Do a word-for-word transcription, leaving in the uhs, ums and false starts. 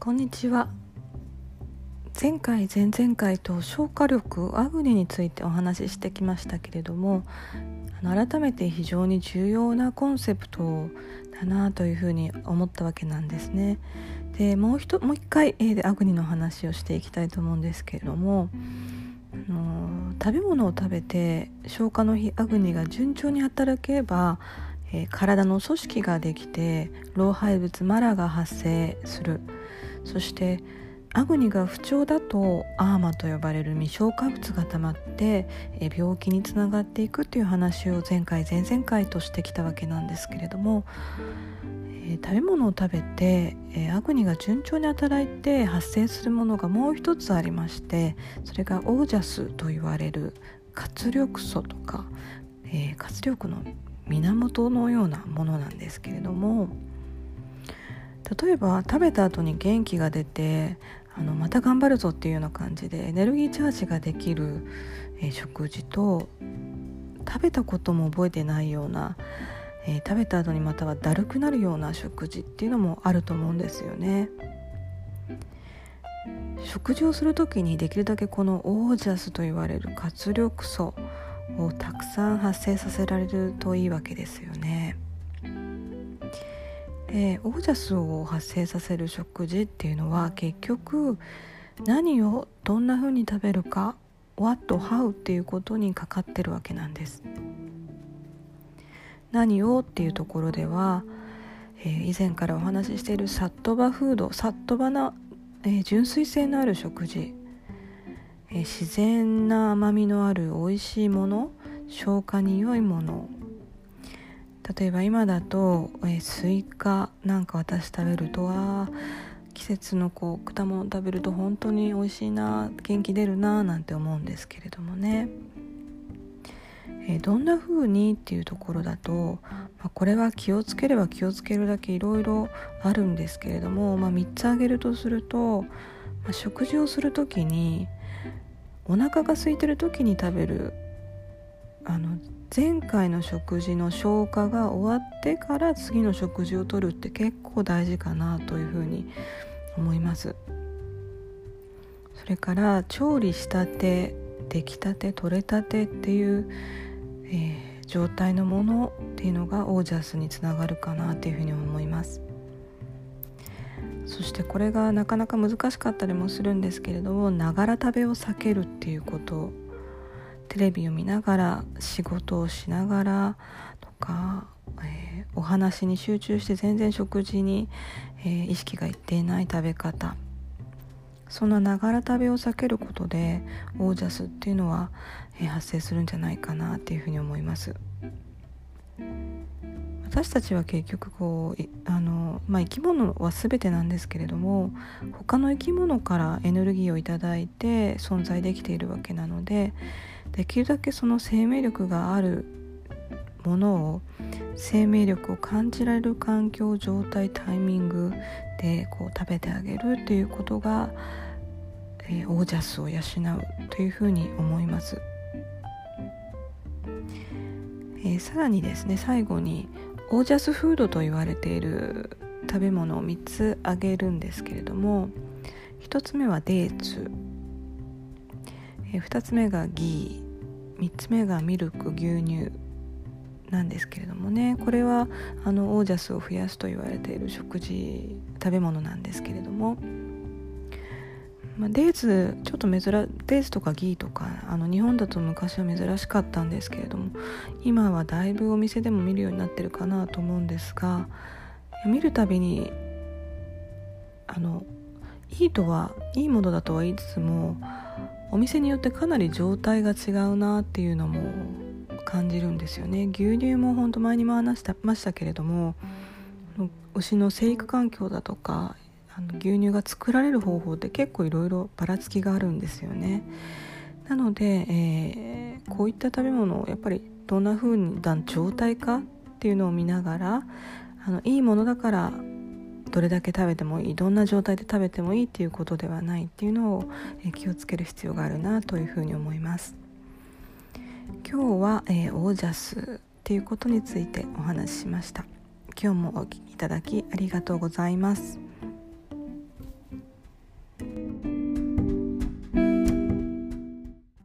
こんにちは。前回前々回と消化力アグニについてお話ししてきましたけれども、あの改めて非常に重要なコンセプトだなというふうに思ったわけなんですね。でもう一もう一回、えー、でアグニの話をしていきたいと思うんですけれども、あの食べ物を食べて消化の日アグニが順調に働けば、えー、体の組織ができて老廃物マラが発生する。そしてアグニが不調だとアーマと呼ばれる未消化物が溜まってえ病気につながっていくという話を前回前々回としてきたわけなんですけれども、えー、食べ物を食べて、えー、アグニが順調に働いて発生するものがもう一つありまして、それがオージャスと言われる活力素とか、えー、活力の源のようなものなんですけれども、例えば食べた後に元気が出てあのまた頑張るぞっていうような感じでエネルギーチャージができる、えー、食事と、食べたことも覚えてないような、えー、食べた後にまたはだるくなるような食事っていうのもあると思うんですよね。食事をするときにできるだけこのオージャスと言われる活力素をたくさん発生させられるといいわけですよね。でオージャスを発生させる食事っていうのは結局何をどんな風に食べるか What, How っていうことにかかってるわけなんです。何をっていうところでは、えー、以前からお話ししているサットバフード、サットバな、えー、純粋性のある食事、えー、自然な甘みのある美味しいもの、消化に良いもの、例えば今だと、えー、スイカなんか私食べるとは季節のこう果物食べると本当に美味しいな、元気出るななんて思うんですけれどもね、えー、どんな風にっていうところだと、まあ、これは気をつければ気をつけるだけいろいろあるんですけれども、まあ、みっつ挙げるとすると、まあ、食事をするときにお腹が空いてるときに食べる、あの前回の食事の消化が終わってから次の食事をとるって結構大事かなというふうに思います。それから調理したて、出来たて、取れたてっていう、えー、状態のものっていうのがオージャスにつながるかなというふうに思います。そしてこれがなかなか難しかったりもするんですけれども、ながら食べを避けるっていうこと、テレビを見ながら仕事をしながらとか、えー、お話に集中して全然食事に、えー、意識がいっていない食べ方、そんなながら食べを避けることでオージャスっていうのは、えー、発生するんじゃないかなっていうふうに思います。私たちは結局こうあの、まあ、生き物は全てなんですけれども、他の生き物からエネルギーをいただいて存在できているわけなので、できるだけその生命力があるものを、生命力を感じられる環境、状態、タイミングでこう食べてあげるということが、えー、オージャスを養うというふうに思います。えー、さらにですね、最後にオージャスフードと言われている食べ物をみっつ挙げるんですけれども、ひとつめはデーツ、えー、ふたつめがギー、みっつめがミルク、牛乳なんですけれどもね、これはあのオージャスを増やすと言われている食事、食べ物なんですけれども、まあ、デーツちょっと珍デーツとかギーとかあの日本だと昔は珍しかったんですけれども、今はだいぶお店でも見るようになってるかなと思うんですが、見るたびにあのいいとはいいものだとは言いつつも、お店によってかなり状態が違うなっていうのも感じるんですよね。牛乳も本当前にも話してましたけれども、牛の生育環境だとかあの牛乳が作られる方法って結構いろいろばらつきがあるんですよね。なので、えー、こういった食べ物をやっぱりどんな風な状態かっていうのを見ながら、あのいいものだからどれだけ食べてもいい、どんな状態で食べてもいいっていうことではないっていうのを、えー、気をつける必要があるなというふうに思います。今日は、えー、オージャスっていうことについてお話ししました。今日もお聞きいただきありがとうございます。